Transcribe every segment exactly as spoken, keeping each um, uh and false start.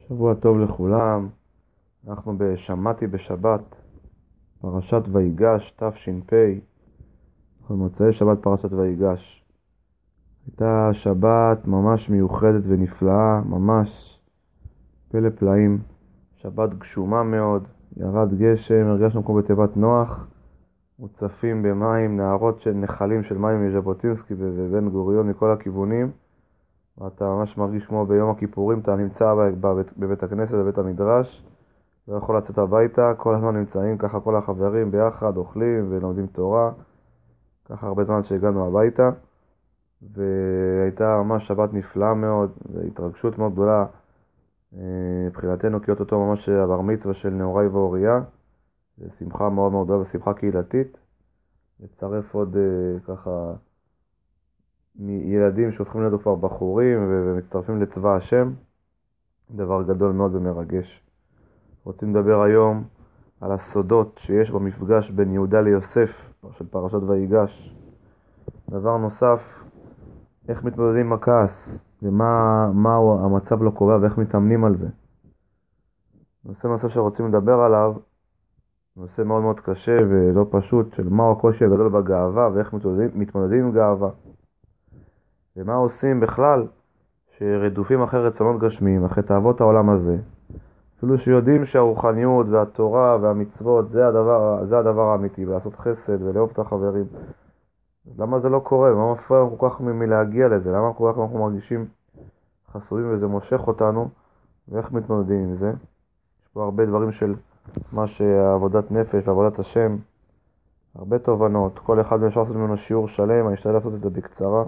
שבוע טוב לכולם. אנחנו בשמעתי בשבת, פרשת ויגש תש"פ. אנחנו מוצאי שבת פרשת ויגש. הייתה שבת ממש מיוחדת ונפלאה, ממש פלא פלאים. שבת גשומה מאוד, ירד גשם, הרגשנו כמו בתיבת נוח, מוצפים במים, נהרות של נחלים של מים מז'בוטינסקי ובן גוריון מכל הכיוונים. ואתה ממש מרגיש כמו ביום הכיפורים, אתה נמצא בבית, בבית הכנסת, בבית המדרש, לא יכול לצאת הביתה, כל הזמן נמצאים ככה כל החברים ביחד, אוכלים ולומדים תורה, ככה הרבה זמן שהגענו הביתה, והייתה ממש שבת נפלאה מאוד, והתרגשות מאוד גדולה מבחינתנו, כי אותו ממש הבר מצווה של נעוריי ואוריה, שמחה מאוד מאוד גדולה ושמחה קהילתית, לצרף עוד ככה מילדים שהופכים להיות כבר בחורים ומצטרפים לצבא השם, דבר גדול מאוד ומרגש. רוצים לדבר היום על הסודות שיש במפגש בין יהודה ליוסף של פרשת ויגש. דבר נוסף, איך מתמודדים עם הכעס ומה מהו המצב לא קובע ואיך מתאמנים על זה. נושא נוסף שרוצים לדבר עליו, נושא מאוד מאוד קשה ולא פשוט, של מהו הקושי הגדול בגאווה ואיך מתמודדים, מתמודדים עם גאווה. ומה עושים בכלל שרדופים אחרי רצונות גשמיים, אחרי תאוות העולם הזה, אפילו שיודעים שהרוחניות והתורה והמצוות זה הדבר, זה הדבר האמיתי, לעשות חסד ולאהוב את החברים. אז למה זה לא קורה? מה מפריע לנו כל כך מלהגיע לזה? למה כל כך אנחנו מרגישים חסויים וזה מושך אותנו? ואיך מתמודדים עם זה? יש פה הרבה דברים של מה שעבודת נפש ועבודת השם, הרבה תובנות, כל אחד אפשר לעשות ממנו שיעור שלם, אני אשתדל לעשות את זה בקצרה.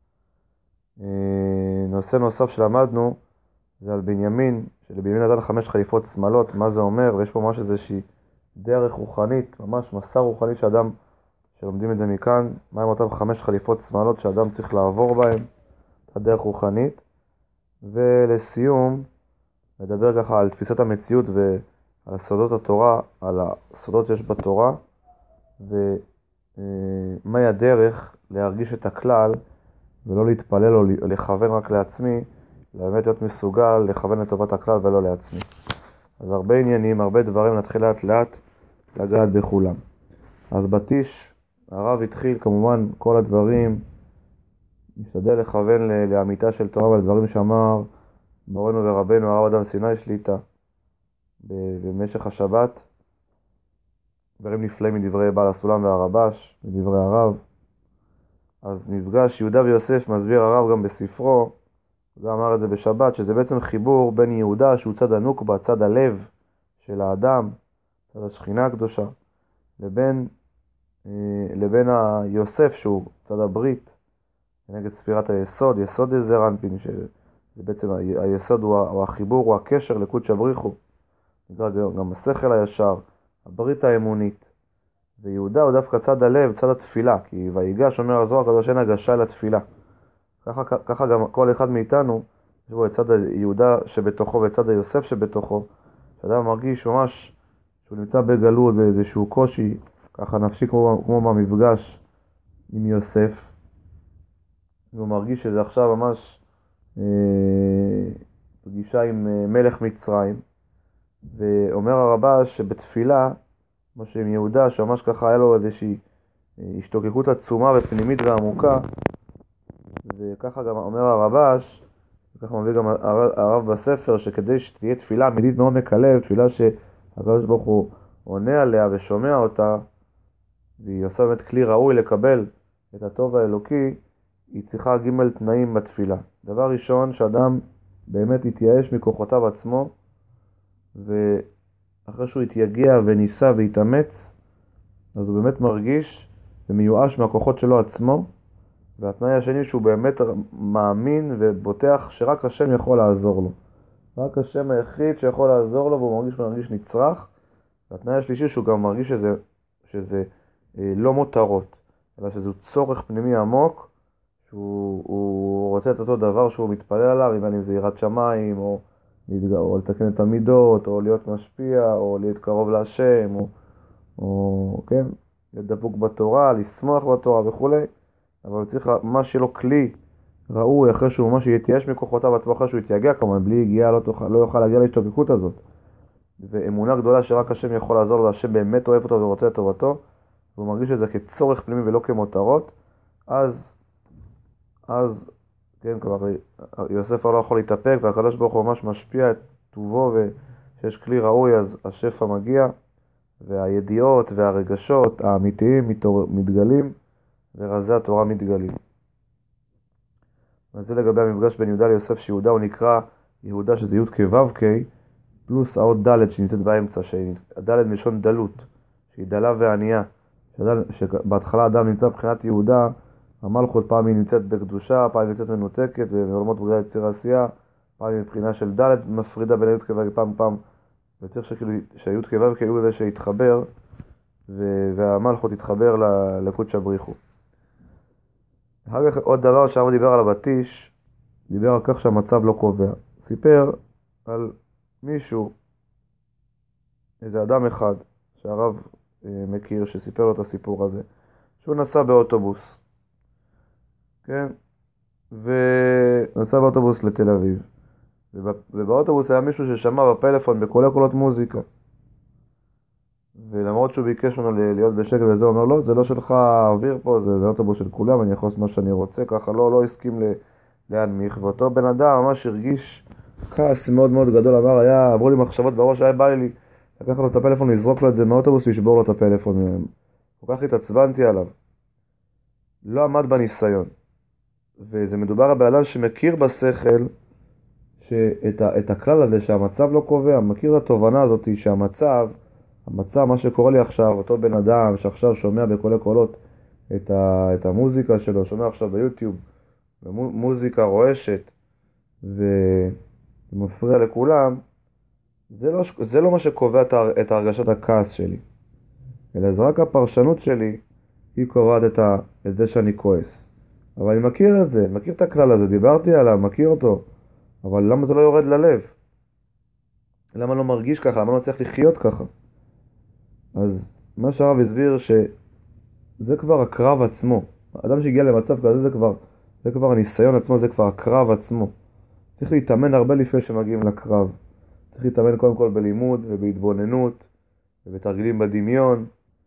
נושא נוסף שלמדנו זה על בנימין, שלבנימין נתן חמש חליפות שמאלות, מה זה אומר, ויש פה ממש איזושהי דרך רוחנית, ממש מסע רוחני שאדם, שלומדים את זה מכאן, מה עם אותם חמש חליפות שמאלות שאדם צריך לעבור בהם, את הדרך רוחנית. ולסיום, נדבר ככה על תפיסת המציאות ועל סודות התורה, על הסודות שיש בתורה, ומהי הדרך להרגיש את הכלל, ולא להתפלל או לכוון רק לעצמי, באמת להיות מסוגל לכוון לטובת הכלל ולא לעצמי. אז הרבה עניינים, הרבה דברים, נתחיל לאט לאט לגעת בכולם. אז בתיש, הרב התחיל כמובן כל הדברים, נשתדל לכוון לאמיתה של תורה ולדברים שאמר מורנו ורבנו הרב אדם סיני שליטה במשך השבת, דברים נפלאים מדברי בעל הסולם והרבש, מדברי הרב. אז מפגש יהודה ויוסף מסביר הרב גם בספרו, הוא אמר את זה בשבת, שזה בעצם חיבור בין יהודה שהוא צד הנוקבה, צד הלב של האדם, צד השכינה הקדושה, לבין, לבין היוסף שהוא צד הברית, נגד ספירת היסוד, יסוד עזר אנפין, שזה בעצם היסוד הוא, הוא החיבור, הוא הקשר לקודש הבריחו, נקרא גם השכל הישר, הברית האמונית. ויהודה הוא דווקא צד הלב, צד התפילה, כי ויגש אומר הזוהר הקדוש אין הגשה לתפילה. ככה, ככה גם כל אחד מאיתנו, יש בו את צד היהודה שבתוכו ואת צד היוסף שבתוכו, שאדם מרגיש ממש שהוא נמצא בגלות, באיזשהו קושי, ככה נפשי כמו, כמו במפגש עם יוסף, והוא מרגיש שזה עכשיו ממש אה, פגישה עם אה, מלך מצרים, ואומר הרבש שבתפילה, כמו שעם יהודה, שממש ככה היה לו איזושהי השתוקקות עצומה ופנימית ועמוקה, וככה גם אומר הרבש, וככה מביא גם הרב בספר, שכדי שתהיה תפילה אמיתית מעומק הלב, תפילה שהקדוש ברוך הוא עונה עליה ושומע אותה, והיא עושה באמת כלי ראוי לקבל את הטוב האלוקי, היא צריכה ג' תנאים בתפילה. דבר ראשון, שאדם באמת יתייאש מכוחותיו עצמו, ו... אחרי שהוא התייגע וניסה והתאמץ, אז הוא באמת מרגיש ומיואש מהכוחות שלו עצמו, והתנאי השני שהוא באמת מאמין ובוטח שרק השם יכול לעזור לו. רק השם היחיד שיכול לעזור לו, והוא מרגיש מרגיש נצרך. והתנאי השלישי שהוא גם מרגיש שזה, שזה אה, לא מותרות, אלא שזה צורך פנימי עמוק, שהוא רוצה את אותו דבר שהוא מתפלל עליו, אם זה יראת שמיים או או לתקן את המידות, או להיות משפיע, או להיות קרוב להשם, או, או כן, להיות דבוק בתורה, לשמוח בתורה וכו'. אבל צריך ממש שיהיה לו כלי ראוי אחרי שהוא ממש יתייאש מכוחותיו עצמו, אחרי שהוא יתייגע כמובן, בלי יגיעה לא, תוכל, לא יוכל להגיע להשתוקקות הזאת. ואמונה גדולה שרק השם יכול לעזור לו, והשם באמת אוהב אותו ורוצה את טובתו, והוא מרגיש את זה כצורך פנימי ולא כמותרות, אז, אז, כן, כבר יוסף לא יכול להתאפק, והקדוש ברוך הוא ממש משפיע את טובו, ושיש כלי ראוי, אז השפע מגיע, והידיעות והרגשות האמיתיים מתגלים, ורזי התורה מתגלים. אז זה לגבי המפגש בין יהודה ליוסף, שיהודה הוא נקרא יהודה שזה י' כו' כ', פלוס האות ד' שנמצאת באמצע, ד' מלשון דלות, שהיא דלה וענייה, שבהתחלה אדם נמצא מבחינת יהודה, המלכות פעם היא נמצאת בקדושה, פעם היא נמצאת מנותקת, בעולמות בריאה יציר עשייה, פעם היא מבחינה של ד' מפרידה בין י' כו' פעם פעם, וצריך שהי' כו' כ' זה שיתחבר, והמלכות יתחבר לקודש הבריחו. אחר כך עוד דבר שהרב דיבר על הבטיש, דיבר על כך שהמצב לא קובע. סיפר על מישהו, איזה אדם אחד שהרב אה, מכיר, שסיפר לו את הסיפור הזה, שהוא נסע באוטובוס, כן? ונסע באוטובוס לתל אביב. ובאוטובוס היה מישהו ששמע בפלאפון בקולי קולות מוזיקה. ולמרות שהוא ביקש ממנו להיות בשקט וזה, הוא אומר, לא, זה לא שלך האוויר פה, זה, זה אוטובוס של כולם, אני יכול לעשות מה שאני רוצה, ככה לא, לא הסכים ל, להנמיך, ואותו בן אדם ממש הרגיש כעס מאוד מאוד גדול, אמר, היה, עברו לי מחשבות בראש, היה בא לי לקח לו את הפלאפון, לזרוק לו את זה מאוטובוס, לשבור לו את הפלאפון, כל כך התעצבנתי עליו, לא עמד בניסיון, וזה מדובר על בן אדם שמכיר בשכל, שאת ה, את הכלל הזה שהמצב לא קובע, מכיר את התובנה הזאת שהמצב, המצב, מה שקורה לי עכשיו, אותו בן אדם שעכשיו שומע בקולי קולות את, ה, את המוזיקה שלו, שומע עכשיו ביוטיוב, מוזיקה רועשת ומפריע לכולם, זה לא, זה לא מה שקובע את הרגשת הכעס שלי, אלא זה רק הפרשנות שלי, היא קובעת את, ה, את זה שאני כועס. אבל אני מכיר את זה, מכיר את הכלל הזה, דיברתי עליו, מכיר אותו, אבל למה זה לא יורד ללב? למה לא מרגיש ככה? למה לא צריך לחיות ככה? אז מה שהרב הסביר שזה כבר הקרב עצמו. האדם שהגיע למצב כזה זה כבר, זה כבר הניסיון עצמו, זה כבר הקרב עצמו. צריך להתאמן הרבה לפני שמגיעים לקרב. צריך להתאמן קודם כל בלימוד ובהתבוננות ובתרגילים בדמיון,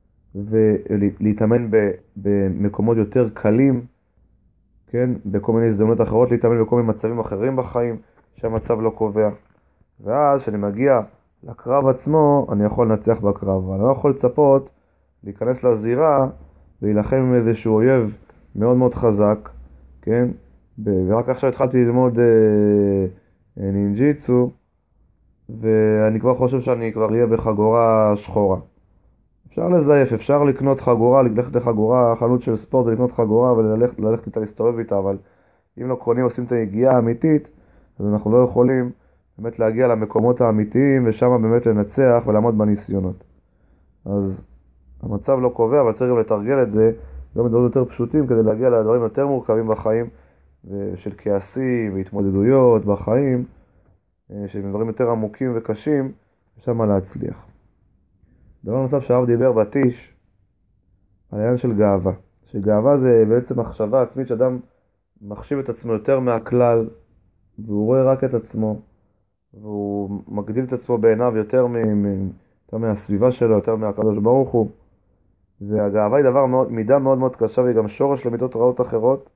ולהתאמן במקומות יותר קלים, כן? בכל מיני הזדמנות אחרות, להתאמן בכל מיני מצבים אחרים בחיים שהמצב לא קובע. ואז כשאני מגיע לקרב עצמו, אני יכול לנצח בקרב, אבל אני לא יכול לצפות להיכנס לזירה ולהילחם עם איזשהו אויב מאוד מאוד חזק, כן? ורק עכשיו התחלתי ללמוד אה, נינג'יצו, ואני כבר חושב שאני כבר אהיה בחגורה שחורה. אפשר לזייף, אפשר לקנות חגורה, ללכת לחגורה, חנות של ספורט ולקנות חגורה וללכת ללכת איתה, להסתובב איתה, אבל אם לא קונים, עושים את היגיעה האמיתית, אז אנחנו לא יכולים באמת להגיע למקומות האמיתיים ושם באמת לנצח ולעמוד בניסיונות. אז המצב לא קובע, אבל צריך גם לתרגל את זה גם בדברים יותר פשוטים כדי להגיע לדברים יותר מורכבים בחיים, של כעסים והתמודדויות בחיים, שהם דברים יותר עמוקים וקשים, ושם להצליח. דבר נוסף שהרב דיבר בטיש, על העניין של גאווה. שגאווה זה בעצם מחשבה עצמית שאדם מחשיב את עצמו יותר מהכלל, והוא רואה רק את עצמו, והוא מגדיל את עצמו בעיניו יותר, מ- יותר מהסביבה שלו, יותר מהקדוש ברוך הוא. והגאווה היא דבר מאוד, מידה מאוד מאוד קשה, והיא גם שורש למידות רעות אחרות,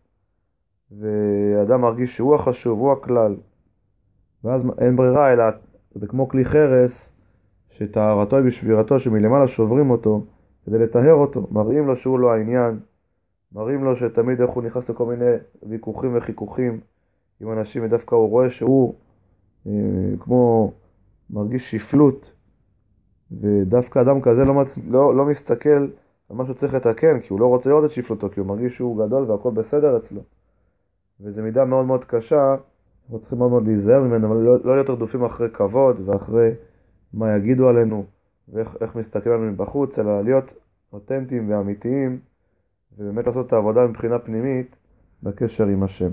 ואדם מרגיש שהוא החשוב, הוא הכלל. ואז אין ברירה, אלא זה כמו כלי חרס, שטהרתו היא בשבירתו, שמלמעלה שוברים אותו, כדי לטהר אותו, מראים לו שהוא לא העניין, מראים לו שתמיד איך הוא נכנס לכל מיני ויכוחים וחיכוכים עם אנשים, ודווקא הוא רואה שהוא אה, כמו מרגיש שפלות, ודווקא אדם כזה לא, מצ... לא, לא מסתכל על מה שהוא צריך לתקן, כי הוא לא רוצה לראות את שפלותו, כי הוא מרגיש שהוא גדול והכל בסדר אצלו. וזו מידה מאוד מאוד קשה, אנחנו צריכים מאוד מאוד להיזהר ממנו, אבל לא, לא להיות רדופים אחרי כבוד ואחרי מה יגידו עלינו, ואיך איך מסתכל עלינו מבחוץ, אלא להיות אותנטיים ואמיתיים, ובאמת לעשות את העבודה מבחינה פנימית בקשר עם השם.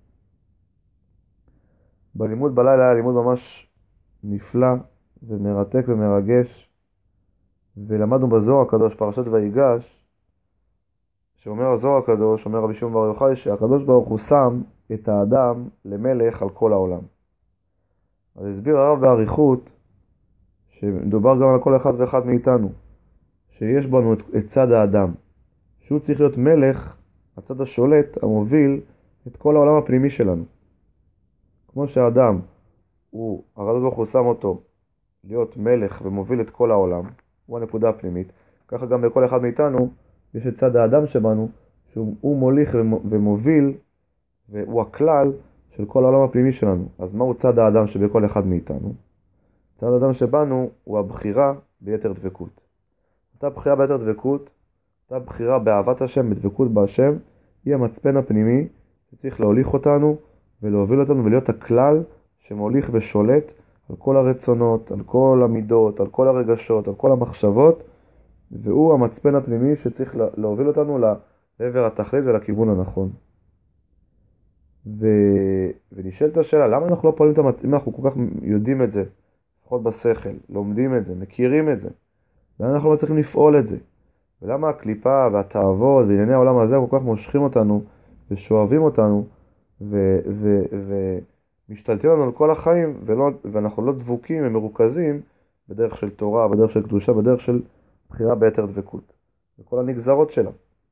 בלימוד בלילה היה לימוד ממש נפלא ומרתק ומרגש, ולמדנו בזוהר הקדוש פרשת ויגש, שאומר הזוהר הקדוש, אומר רבי שמעון בר יוחאי, שהקדוש ברוך הוא שם את האדם למלך על כל העולם. אז הסביר הרב באריכות, שמדובר גם על כל אחד ואחד מאיתנו, שיש בנו את, את צד האדם, שהוא צריך להיות מלך, הצד השולט, המוביל את כל העולם הפנימי שלנו. כמו שהאדם, הוא, הקדוש ברוך הוא שם אותו להיות מלך ומוביל את כל העולם, הוא הנקודה הפנימית, ככה גם בכל אחד מאיתנו יש את צד האדם שבנו, שהוא מוליך ומוביל, והוא הכלל של כל העולם הפנימי שלנו. אז מהו צד האדם שבכל אחד מאיתנו? צד האדם שבנו הוא הבחירה ביתר דבקות. אותה בחירה ביתר דבקות, אותה בחירה באהבת השם, בדבקות בהשם, היא המצפן הפנימי שצריך להוליך אותנו ולהוביל אותנו ולהיות הכלל שמוליך ושולט על כל הרצונות, על כל המידות, על כל הרגשות, על כל המחשבות, והוא המצפן הפנימי שצריך להוביל אותנו לעבר התכלית ולכיוון הנכון. ו... ונשאלת השאלה, למה אנחנו לא פועלים את המצפן, אם אנחנו כל כך יודעים את זה, לפחות בשכל, לומדים את זה, מכירים את זה, למה אנחנו לא צריכים לפעול את זה? ולמה הקליפה והתאוות וענייני העולם הזה כל כך מושכים אותנו ושואבים אותנו ו... ו... ומשתלטים לנו על כל החיים, ולא... ואנחנו לא דבוקים ומרוכזים בדרך של תורה, בדרך של קדושה, בדרך של בחירה ביתר דבקות, וכל הנגזרות שלה.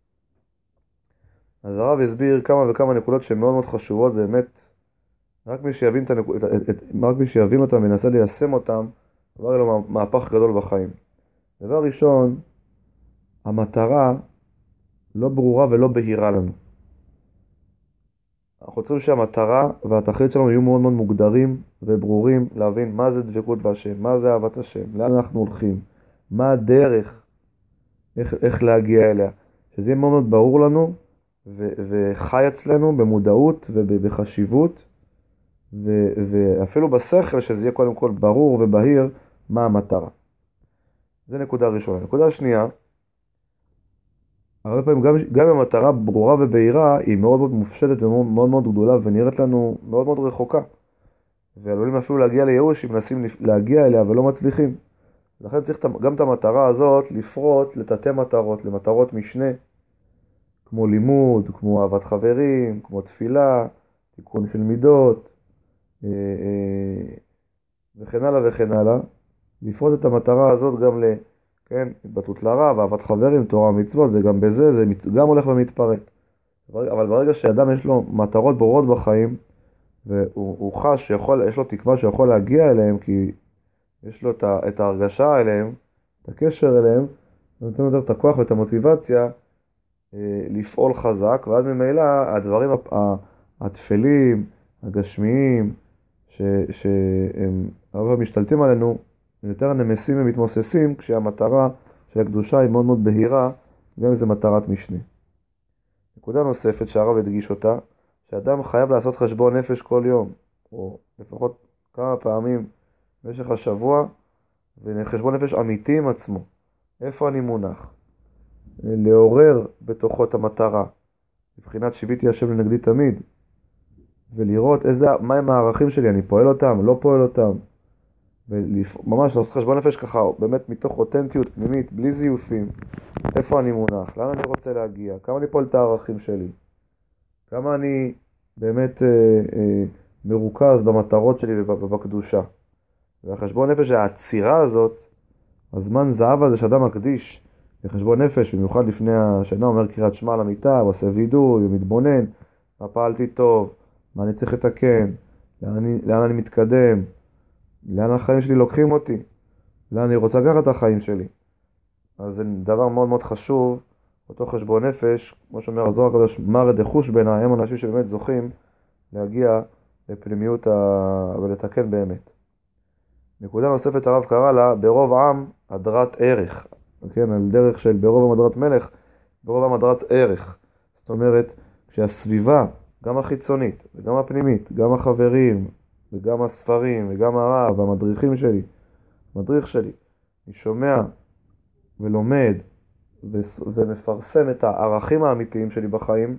אז הרב הסביר כמה וכמה נקודות שהן מאוד מאוד חשובות באמת, רק מי שיבין, את הנק... את... את... את... רק מי שיבין אותם וינסה ליישם אותם, כבר יהיה לו מהפך גדול בחיים. דבר ראשון, המטרה לא ברורה ולא בהירה לנו. אנחנו רוצים שהמטרה והתכלית שלנו יהיו מאוד מאוד מוגדרים וברורים, להבין מה זה דבקות בהשם, מה זה אהבת השם, לאן אנחנו הולכים, מה הדרך, איך, איך להגיע אליה. שזה יהיה מאוד מאוד ברור לנו ו, וחי אצלנו במודעות ובחשיבות, ו, ואפילו בשכל שזה יהיה קודם כל ברור ובהיר מה המטרה. זה נקודה ראשונה. נקודה שנייה, הרבה פעמים גם, גם המטרה ברורה ובהירה היא מאוד מאוד מופשטת ומאוד מאוד, מאוד גדולה ונראית לנו מאוד מאוד רחוקה. ועלולים אפילו להגיע לייאוש אם מנסים להגיע אליה ולא מצליחים. לכן צריך גם את המטרה הזאת לפרוט לתתי מטרות, למטרות משנה, כמו לימוד, כמו אהבת חברים, כמו תפילה, תיקון של מידות, וכן הלאה וכן הלאה. לפרוט את המטרה הזאת גם ל... כן, התבטאות לרע, ואהבת חברים, תורה ומצוות, וגם בזה זה גם הולך ומתפרק. אבל ברגע שאדם יש לו מטרות ברורות בחיים, והוא חש שיכול, יש לו תקווה שיכול להגיע אליהם, כי יש לו את ההרגשה אליהם, את הקשר אליהם, זה נותן יותר את הכוח ואת המוטיבציה לפעול חזק, ועד ממילא הדברים התפלים, הגשמיים, שהם הרבה משתלטים עלינו, יותר נמסים ומתמוססים, כשהמטרה של הקדושה היא מאוד מאוד בהירה, גם אם זה מטרת משנה. נקודה נוספת שהרב הדגיש אותה, שאדם חייב לעשות חשבון נפש כל יום, או לפחות כמה פעמים במשך השבוע, וחשבון נפש אמיתי עם עצמו. איפה אני מונח? לעורר בתוכו את המטרה, מבחינת שיביתי השם לנגדי תמיד, ולראות איזה, מהם הערכים שלי, אני פועל אותם, לא פועל אותם, וממש לעשות חשבון נפש ככה, באמת מתוך אותנטיות פנימית, בלי זיופים, איפה אני מונח, לאן אני רוצה להגיע, כמה אני פועל את הערכים שלי, כמה אני באמת אה, אה, מרוכז במטרות שלי ובקדושה. והחשבון נפש, העצירה הזאת, הזמן זהב הזה שאדם מקדיש לחשבון נפש, במיוחד לפני השינה, אומר קריאת שמע למיטה, עושה וידוי, מתבונן, מה פעלתי טוב, מה אני צריך לתקן, לאן אני, לאן אני מתקדם, לאן החיים שלי לוקחים אותי, לאן אני רוצה לקחת את החיים שלי. אז זה דבר מאוד מאוד חשוב, אותו חשבון נפש, כמו שאומר הזוהר הקדוש, מרא דחוש בעיניי, הם אנשים שבאמת זוכים להגיע לפנימיות ה... ולתקן באמת. נקודה נוספת הרב קרא לה, ברוב עם הדרת ערך, כן, על דרך של ברוב עם הדרת מלך, ברוב עם הדרת ערך. זאת אומרת, כשהסביבה, גם החיצונית וגם הפנימית, גם החברים וגם הספרים וגם הרב והמדריכים שלי, מדריך שלי, אני שומע ולומד ומפרסם את הערכים האמיתיים שלי בחיים,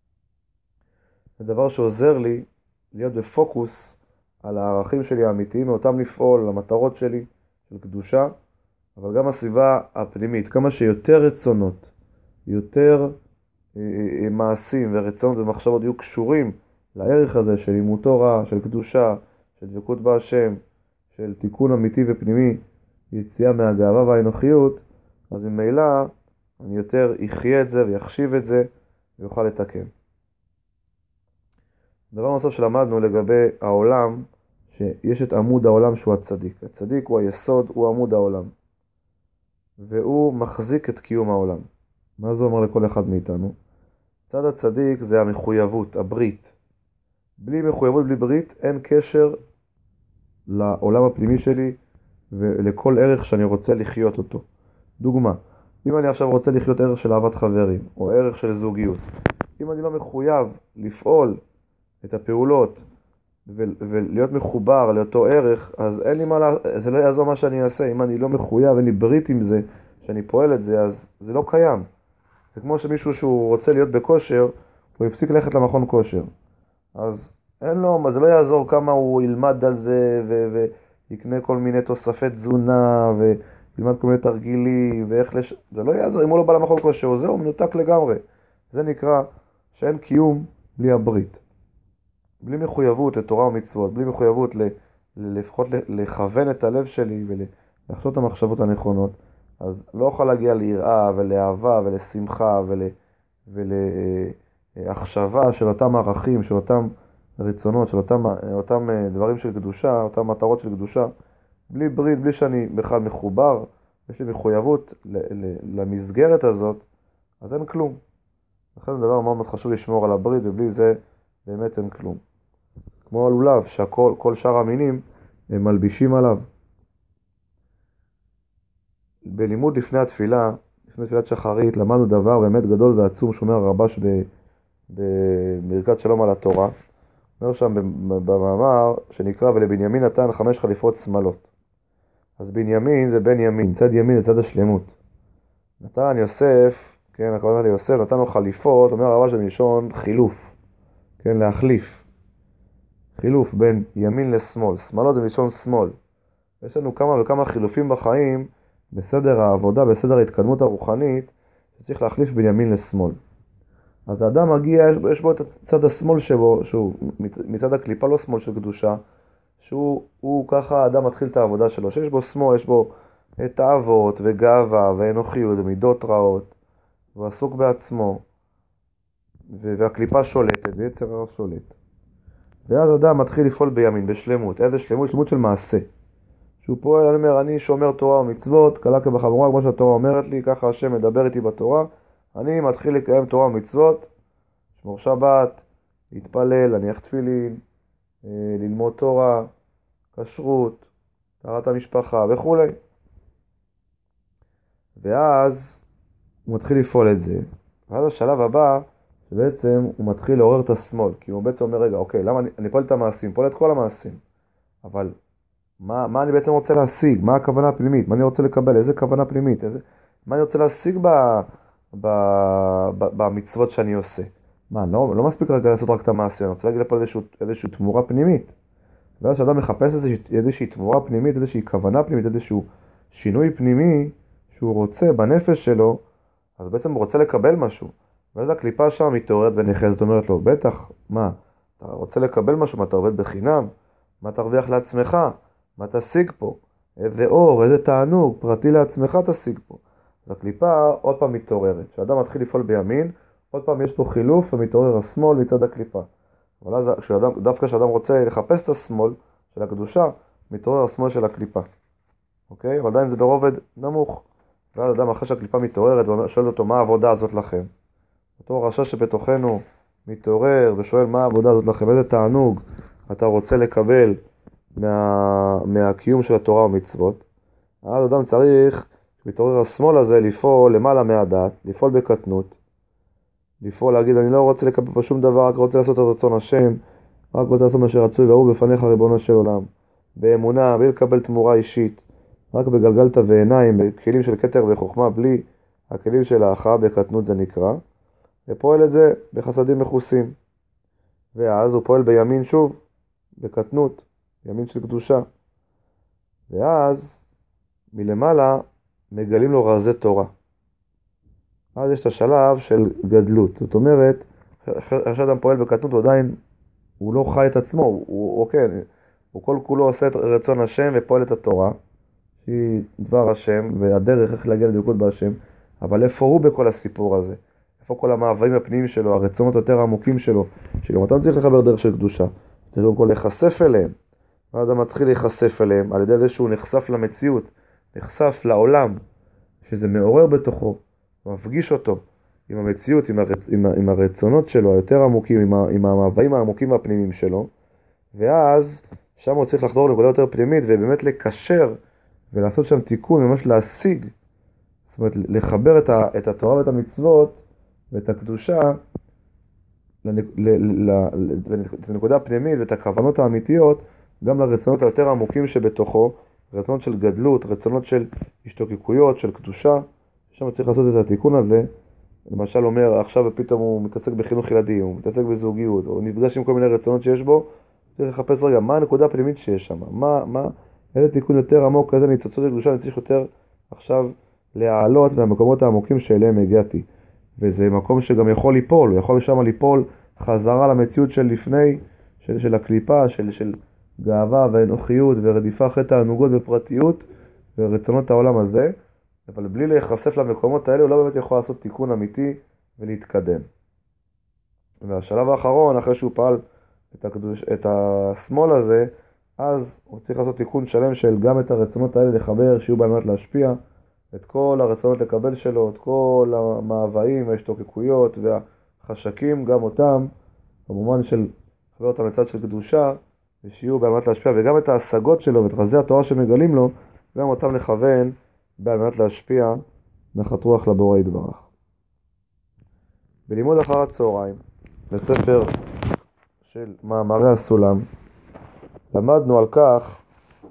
זה דבר שעוזר לי להיות בפוקוס על הערכים שלי האמיתיים, ואותם לפעול למטרות שלי של קדושה, אבל גם הסביבה הפנימית, כמה שיותר רצונות, יותר מעשים ורצונות ומחשבות יהיו קשורים לערך הזה של לימוד תורה, של קדושה, של דבקות בהשם, של תיקון אמיתי ופנימי, יציאה מהגאווה והאנוכיות, אז ממילא אני יותר אחיה את זה ויחשיב את זה ויוכל לתקן. דבר נוסף שלמדנו לגבי העולם, שיש את עמוד העולם שהוא הצדיק. הצדיק הוא היסוד, הוא עמוד העולם. והוא מחזיק את קיום העולם. מה זה אומר לכל אחד מאיתנו? צד הצדיק זה המחויבות, הברית. בלי מחויבות, בלי ברית, אין קשר לעולם הפנימי שלי ולכל ערך שאני רוצה לחיות אותו. דוגמה, אם אני עכשיו רוצה לחיות ערך של אהבת חברים, או ערך של זוגיות, אם אני לא מחויב לפעול את הפעולות ולהיות מחובר לאותו ערך, אז אין לי מה, לה... זה לא יעזור מה שאני אעשה. אם אני לא מחויב, אין לי ברית עם זה, שאני פועל את זה, אז זה לא קיים. זה כמו שמישהו שהוא רוצה להיות בכושר, הוא יפסיק ללכת למכון כושר. אז אין לו, זה לא יעזור כמה הוא ילמד על זה, ו... ויקנה כל מיני תוספי תזונה, וילמד כל מיני תרגילים, ואיך לש... זה לא יעזור, אם הוא לא בא למכון כושר, זהו, הוא מנותק לגמרי. זה נקרא שאין קיום בלי הברית. בלי מחויבות לתורה ומצוות, בלי מחויבות ל... לפחות לכוון את הלב שלי ולחשוב את המחשבות הנכונות, אז לא אוכל להגיע ליראה ולאהבה ולשמחה ול... ולהחשבה של אותם ערכים, של אותם רצונות, של אותם, אותם דברים של קדושה, אותם מטרות של קדושה, בלי ברית, בלי שאני בכלל מחובר, יש לי מחויבות למסגרת הזאת, אז אין כלום. לכן זה דבר מאוד מאוד חשוב לשמור על הברית, ובלי זה באמת אין כלום. כמו הלולב, שהכל, כל שאר המינים, הם מלבישים עליו. בלימוד לפני התפילה, לפני תפילת שחרית, למדנו דבר באמת גדול ועצום, שאומר הרבש בברכת שלום על התורה. אומר שם במאמר שנקרא, ולבנימין נתן חמש חליפות שמאלות. אז בנימין זה בן ימין, צד ימין זה צד השלמות. נתן יוסף, כן, הכוונה ליוסף, נתן לו חליפות, אומר הרבש מלשון חילוף, כן, להחליף. חילוף בין ימין לשמאל. שמאלות זה מלשון שמאל. יש לנו כמה וכמה חילופים בחיים, בסדר העבודה, בסדר ההתקדמות הרוחנית, שצריך להחליף בין ימין לשמאל. אז האדם מגיע, יש, יש בו את הצד השמאל שבו, שהוא מצד הקליפה לא שמאל של קדושה, שהוא הוא, ככה האדם מתחיל את העבודה שלו, שיש בו שמאל, יש בו את האהבות וגאווה ואנוכיות ומידות רעות, הוא עסוק בעצמו, והקליפה שולטת ויצר הרע שולט. ואז אדם מתחיל לפעול בימין, בשלמות. איזה שלמות? שלמות של מעשה. שהוא פועל, אני אומר, אני שומר תורה ומצוות, קלה כבחמורה, כמו שהתורה אומרת לי, ככה השם מדבר איתי בתורה, אני מתחיל לקיים תורה ומצוות, שמור שבת, להתפלל, להניח תפילין, ללמוד תורה, כשרות, טהרת המשפחה וכו'. ואז הוא מתחיל לפעול את זה. ואז השלב הבא, שבעצם הוא מתחיל לעורר את השמאל, כי הוא בעצם אומר, רגע, אוקיי, למה אני, אני פועל את המעשים, פועל את כל המעשים, אבל מה, מה אני בעצם רוצה להשיג? מה הכוונה הפנימית? מה אני רוצה לקבל? איזה כוונה פנימית? איזה, מה אני רוצה להשיג ב, ב, ב, במצוות שאני עושה? מה, לא, לא מספיק רגע לעשות רק את המעשים, אני רוצה להגיד לפה איזושהי, איזושהי תמורה פנימית. ואז כשאדם מחפש איזושהי, איזושהי תמורה פנימית, איזושהי כוונה פנימית, איזשהו שינוי פנימי שהוא רוצה בנפש שלו, אז בעצם הוא רוצה לקבל משהו. ואז הקליפה שם מתעוררת ונחזת, אומרת לו, בטח, מה, אתה רוצה לקבל משהו, מה אתה עובד בחינם? מה תרוויח לעצמך? מה תשיג פה? איזה אור, איזה תענוג, פרטי לעצמך תשיג פה. אז הקליפה עוד פעם מתעוררת. כשאדם מתחיל לפעול בימין, עוד פעם יש פה חילוף ומתעורר השמאל מצד הקליפה. אבל אז כשאדם, דווקא כשאדם רוצה לחפש את השמאל של הקדושה, מתעורר השמאל של הקליפה. אוקיי? אבל עדיין זה ברובד נמוך. ואז אדם אחרי שהקליפה מתעוררת ושואל אותו, מה העבודה הזאת לכם? אותו רשע שבתוכנו מתעורר ושואל מה העבודה הזאת לכם, איזה תענוג אתה רוצה לקבל מה, מהקיום של התורה ומצוות. אז אדם צריך, מתעורר השמאל הזה, לפעול למעלה מהדעת, לפעול בקטנות, לפעול, להגיד, אני לא רוצה לקבל פה שום דבר, רק רוצה לעשות את רצון השם, רק רוצה לעשות מה שרצוי, והוא בפניך ריבונו של עולם. באמונה, בלי לקבל תמורה אישית, רק בגלגלת ועיניים, בכלים של כתר וחוכמה, בלי הכלים של ההכרעה בקטנות זה נקרא. ופועל את זה בחסדים מחוסים. ואז הוא פועל בימין שוב, בקטנות, ימין של קדושה. ואז מלמעלה מגלים לו רזי תורה. אז יש את השלב של גדלות. זאת אומרת, אחרי שאדם פועל בקטנות, הוא עדיין, הוא לא חי את עצמו, הוא, הוא, הוא כן, הוא כל כולו עושה את רצון השם ופועל את התורה, שהיא דבר השם, והדרך איך להגיע לדבקות בהשם, אבל איפה הוא בכל הסיפור הזה? איפה כל המאוויים הפנימיים שלו, הרצונות יותר העמוקים שלו, שגם אתה צריך לחבר דרך של קדושה, צריך גם כל להיחשף אליהם, והאדם מתחיל להיחשף אליהם, על ידי זה שהוא נחשף למציאות, נחשף לעולם, שזה מעורר בתוכו, מפגיש אותו עם המציאות, עם, הרצ... עם, ה... עם הרצונות שלו, היותר עמוקים, עם, ה... עם המאוויים העמוקים והפנימיים שלו, ואז שם הוא צריך לחזור לנקודה יותר פנימית, ובאמת לקשר ולעשות שם תיקון, ממש להשיג, זאת אומרת, לחבר את, ה... את התורה ואת המצוות ואת הקדושה לנקודה הפנימית ואת הכוונות האמיתיות, גם לרצונות היותר עמוקים שבתוכו, רצונות של גדלות, רצונות של השתוקקויות, של קדושה, שם צריך לעשות את התיקון הזה. למשל אומר, עכשיו פתאום הוא מתעסק בחינוך ילדים, הוא מתעסק בזוגיות, הוא נפגש עם כל מיני רצונות שיש בו, צריך לחפש רגע, מה הנקודה הפנימית שיש שם, מה, מה, איזה תיקון יותר עמוק, איזה ניצוצות של קדושה אני צריך יותר עכשיו להעלות מהמקומות העמוקים שאליהם הגעתי. וזה מקום שגם יכול ליפול, הוא יכול שם ליפול חזרה למציאות של לפני, של, של הקליפה, של, של גאווה ואנוכיות ורדיפה אחרי תענוגות בפרטיות ורצונות העולם הזה, אבל בלי להיחשף למקומות האלה הוא לא באמת יכול לעשות תיקון אמיתי ולהתקדם. והשלב האחרון, אחרי שהוא פעל את, הקדוש, את השמאל הזה, אז הוא צריך לעשות תיקון שלם של גם את הרצונות האלה לחבר, שיהיו בעלמת להשפיע, את כל הרצונות לקבל שלו, את כל המאוויים, ההשתוקקויות והחשקים, גם אותם, במובן של לחבר אותם לצד של קדושה, ושיהיו בעלמת להשפיע, וגם את ההשגות שלו ואת רזי התורה שמגלים לו, גם אותם לכוון בעלמת להשפיע נחת רוח לבורא יתברך. בלימוד אחר הצהריים, בספר של מאמרי הסולם, למדנו על כך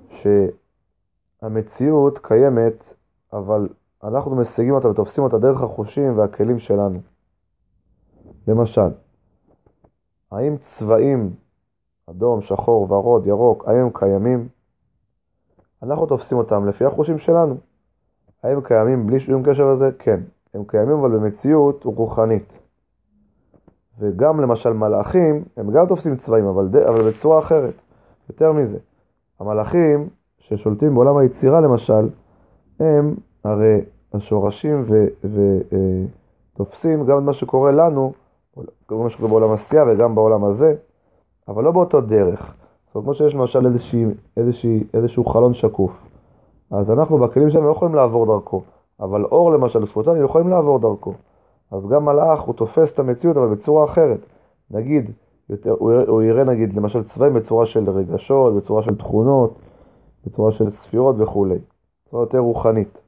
שהמציאות קיימת, אבל אנחנו משיגים אותה ותופסים אותה דרך החושים והכלים שלנו. למשל, האם צבעים, אדום, שחור, ורוד, ירוק, האם הם קיימים? אנחנו תופסים אותם לפי החושים שלנו. האם קיימים בלי שום קשר לזה? כן. הם קיימים אבל במציאות רוחנית. וגם למשל מלאכים, הם גם תופסים צבעים, אבל, אבל בצורה אחרת. יותר מזה. המלאכים ששולטים בעולם היצירה למשל, הם הרי השורשים ותופסים גם את מה שקורה לנו, גם מה שקורה בעולם עשייה וגם בעולם הזה, אבל לא באותו דרך. זאת אומרת, כמו שיש למשל איזושהי, איזושהי, איזשהו חלון שקוף. אז אנחנו בכלים שלנו לא יכולים לעבור דרכו, אבל אור למשל פוטונים יכולים לעבור דרכו. אז גם מלאך הוא תופס את המציאות, אבל בצורה אחרת. נגיד, יותר, הוא, יראה, הוא יראה נגיד למשל צבעים בצורה של רגשות, בצורה של תכונות, בצורה של ספירות וכו'. בצורה יותר רוחנית.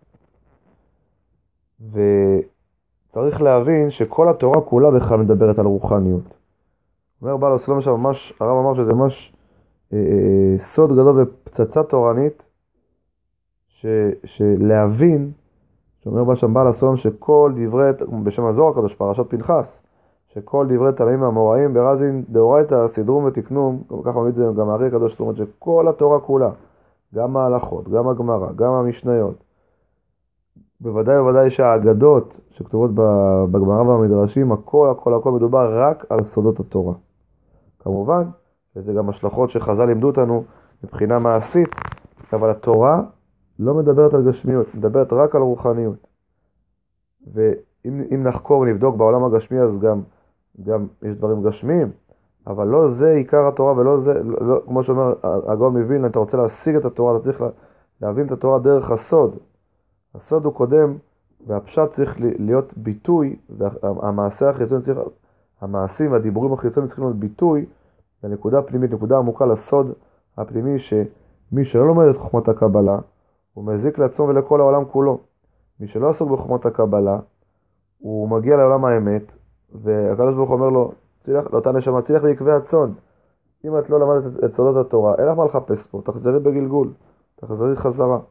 וצריך להבין שכל התורה כולה בכלל מדברת על רוחניות. אומר בעל הסולם שממש, הרב אמר שזה ממש אה, אה, סוד גדול ופצצה תורנית, ש, שלהבין, שאומר בה שם בעל הסולם שכל דברי, בשם הזוהר הקדוש, פרשת פנחס, שכל דברי תנאים המוראים ברזין דאורייתא סדרום ותקנום, ככה מביא את זה גם הארי הקדוש, זאת אומרת שכל התורה כולה, גם ההלכות, גם הגמרא, גם המשניות, בוודאי ובוודאי שהאגדות שכתובות בגמרא והמדרשים, הכל הכל הכל מדובר רק על סודות התורה. כמובן, וזה גם השלכות שחז"ל לימדו אותנו מבחינה מעשית, אבל התורה לא מדברת על גשמיות, מדברת רק על רוחניות. ואם אם נחקור ונבדוק בעולם הגשמי, אז גם, גם יש דברים גשמיים, אבל לא זה עיקר התורה, ולא זה, לא, כמו שאומר הגאון מווילנה, אתה רוצה להשיג את התורה, אתה צריך להבין את התורה דרך הסוד. הסוד הוא קודם, והפשט צריך להיות ביטוי, והמעשה החיצוני צריך, המעשים והדיבורים החיצוניים צריכים להיות ביטוי, לנקודה פנימית, נקודה עמוקה לסוד הפנימי, שמי שלא לומד את חוכמת הקבלה, הוא מזיק לעצמו ולכל העולם כולו. מי שלא עסוק בחוכמת הקבלה, הוא מגיע לעולם האמת, והקדוש ברוך הוא אומר לו, צילך, לאותה נשמה, צילך בעקבי הצאן. אם את לא למדת את סודות התורה, אין לך מה לחפש פה, תחזרי בגלגול, תחזרי חזרה.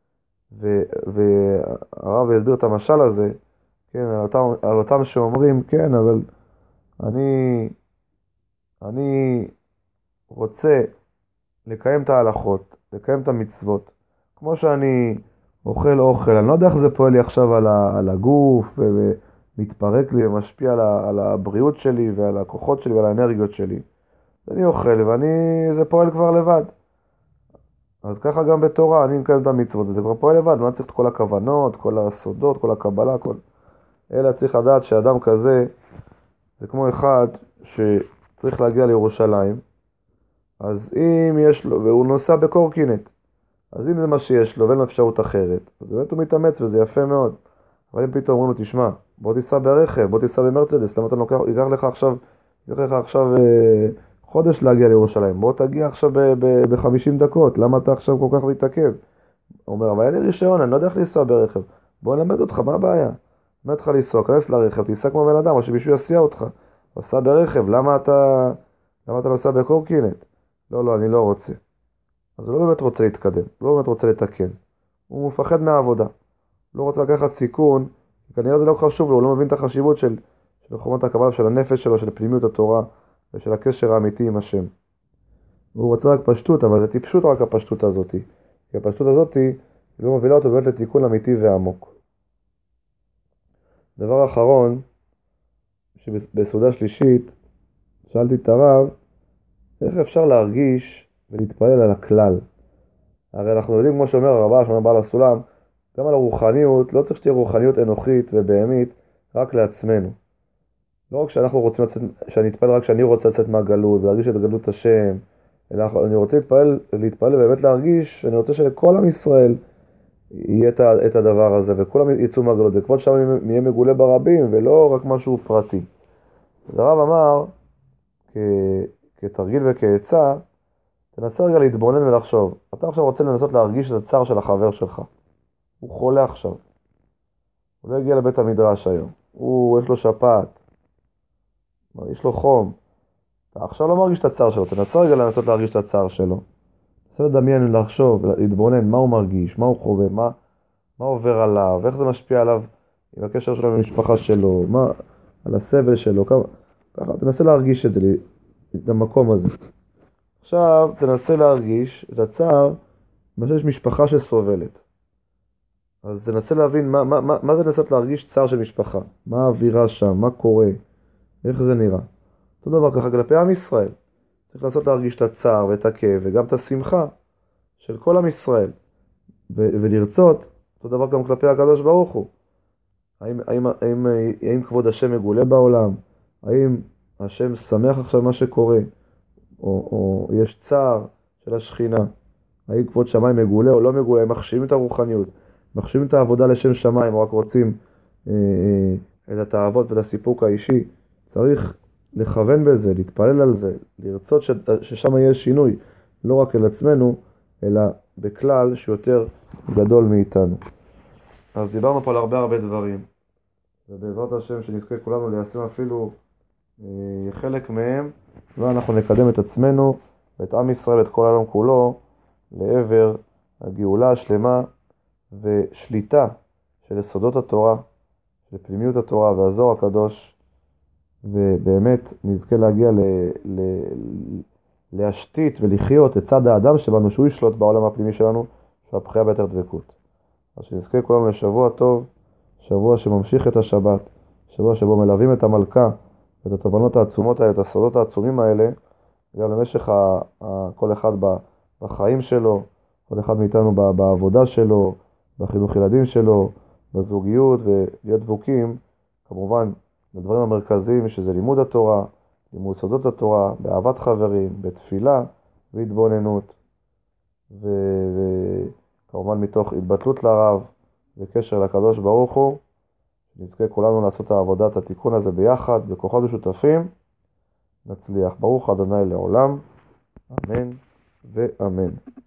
והרב יסביר את המשל הזה, כן, על אותם, על אותם שאומרים, כן, אבל אני, אני רוצה לקיים את ההלכות, לקיים את המצוות, כמו שאני אוכל אוכל, אני לא יודע איך זה פועל לי עכשיו על, ה, על הגוף, מתפרק לי ומשפיע על, ה, על הבריאות שלי ועל הכוחות שלי ועל האנרגיות שלי, אני אוכל ואני, זה פועל כבר לבד. אז ככה גם בתורה, אני מקיים את המצוות, וזה כבר פועל לבד, לא צריך את כל הכוונות, כל הסודות, כל הקבלה, כל... אלא צריך לדעת שאדם כזה, זה כמו אחד שצריך להגיע לירושלים, אז אם יש לו, והוא נוסע בקורקינט, אז אם זה מה שיש לו ואין לו אפשרות אחרת, אז באמת הוא מתאמץ וזה יפה מאוד. אבל אם פתאום אומרים לו, תשמע, בוא תיסע ברכב, בוא תיסע במרצדס, למה אתה לוקח, ייקח לך עכשיו, ייקח לך עכשיו אה, חודש להגיע לירושלים, בוא תגיע עכשיו ב-חמישים דקות, למה אתה עכשיו כל כך מתעכב? הוא אומר, אבל אין לי רישיון, אני לא יודע איך לנסוע ברכב, בוא נלמד אותך, מה הבעיה? נלמד אותך לנסוע, כנס לרכב, תיסע כמו בן אדם, או שמישהו יסיע אותך, עושה ברכב, למה אתה, למה אתה נוסע בקורקינט? לא, לא, אני לא רוצה. אז הוא לא באמת רוצה להתקדם, הוא לא באמת רוצה לתקן. הוא מפחד מהעבודה. הוא לא רוצה לקחת סיכון, כנראה זה לא חשוב לו, הוא לא מבין את החשיבות של, של חוכמת הקבלה, של הנפש שלו, של פנימיות התורה, ושל הקשר האמיתי עם השם. הוא רוצה רק פשטות, אבל זה טיפשות רק הפשטות הזאת. כי הפשטות הזאת היא לא מובילה אותו באמת לתיקון אמיתי ועמוק. דבר אחרון, שבסעודה שלישית, שאלתי את הרב, איך אפשר להרגיש ולהתפלל על הכלל? הרי אנחנו יודעים, כמו שאומר הרבה, שאומר בעל הסולם, גם על הרוחניות, לא צריך שתהיה רוחניות אנוכית ובהמית, רק לעצמנו. לא רק שאנחנו רוצים לצאת, שאני אתפלל רק שאני רוצה לצאת מהגלות, ולהרגיש את גלות השם, אלא אני רוצה להתפלל, להתפלל ובאמת להרגיש, אני רוצה שלכל עם ישראל יהיה את הדבר הזה, וכולם יצאו מהגלות, וכבוד שם יהיה מגולה ברבים, ולא רק משהו פרטי. אז הרב אמר, כ... כתרגיל וכעצה, תנסה רגע להתבונן ולחשוב. אתה עכשיו רוצה לנסות להרגיש את הצער של החבר שלך. הוא חולה עכשיו. הוא לא הגיע לבית המדרש היום. הוא, יש לו שפעת. יש לו חום. אתה עכשיו לא מרגיש את הצער שלו. תנסה רגע לנסות להרגיש את הצער שלו. תנסה לדמיין ולחשוב, להתבונן מה הוא מרגיש, מה הוא חווה, מה, מה עובר עליו, איך זה משפיע עליו עם הקשר שלו עם המשפחה שלו, מה, על הסבל שלו. כמה, ככה, תנסה להרגיש את זה, את המקום הזה. עכשיו תנסה להרגיש את הצער, מה שיש משפחה שסובלת. אז תנסה להבין מה, מה, מה, מה זה לנסות להרגיש צער של משפחה. מה האווירה שם, מה קורה, איך זה נראה. אותו דבר ככה כלפי עם ישראל. צריך לנסות להרגיש את הצער ואת הכאב וגם את השמחה של כל עם ישראל. ו- ולרצות, אותו דבר גם כלפי הקדוש ברוך הוא. האם, האם, האם, האם כבוד השם מגולה בעולם? האם השם שמח עכשיו מה שקורה? או, או יש צער של השכינה, האם כבוד שמיים מגולה או לא מגולה, הם מחשיבים את הרוחניות, מחשיבים את העבודה לשם שמיים, או רק רוצים אה, אה, את התאוות ואת הסיפוק האישי. צריך לכוון בזה, להתפלל על זה, לרצות ש, ששם יהיה שינוי, לא רק אל עצמנו, אלא בכלל שיותר גדול מאיתנו. אז דיברנו פה על הרבה הרבה דברים, ובעזרת השם שנזכה כולנו ליישם אפילו אה, חלק מהם, ואנחנו נקדם את עצמנו ואת עם ישראל ואת כל העולם כולו לעבר הגאולה השלמה ושליטה של יסודות התורה, של פנימיות התורה והזוהר הקדוש, ובאמת נזכה להגיע ל, ל, להשתית ולחיות את צד האדם שבנו, שהוא ישלוט בעולם הפנימי שלנו, שהוא הבחייה ביתר דבקות. אז שנזכה כולנו לשבוע טוב, שבוע שממשיך את השבת, שבוע שבו מלווים את המלכה, את התובנות העצומות האלה, את הסודות העצומים האלה, גם למשך ה, ה, כל אחד בחיים שלו, כל אחד מאיתנו בעבודה שלו, בחינוך ילדים שלו, בזוגיות, ולהיות דבוקים, כמובן, לדברים המרכזיים, שזה לימוד התורה, לימוד סודות התורה, באהבת חברים, בתפילה והתבוננות, וכמובן מתוך התבטלות לרב וקשר לקדוש ברוך הוא, נזכה כולנו לעשות את העבודה, את התיקון הזה ביחד, בכוחות משותפים, נצליח. ברוך ה' לעולם, אמן ואמן.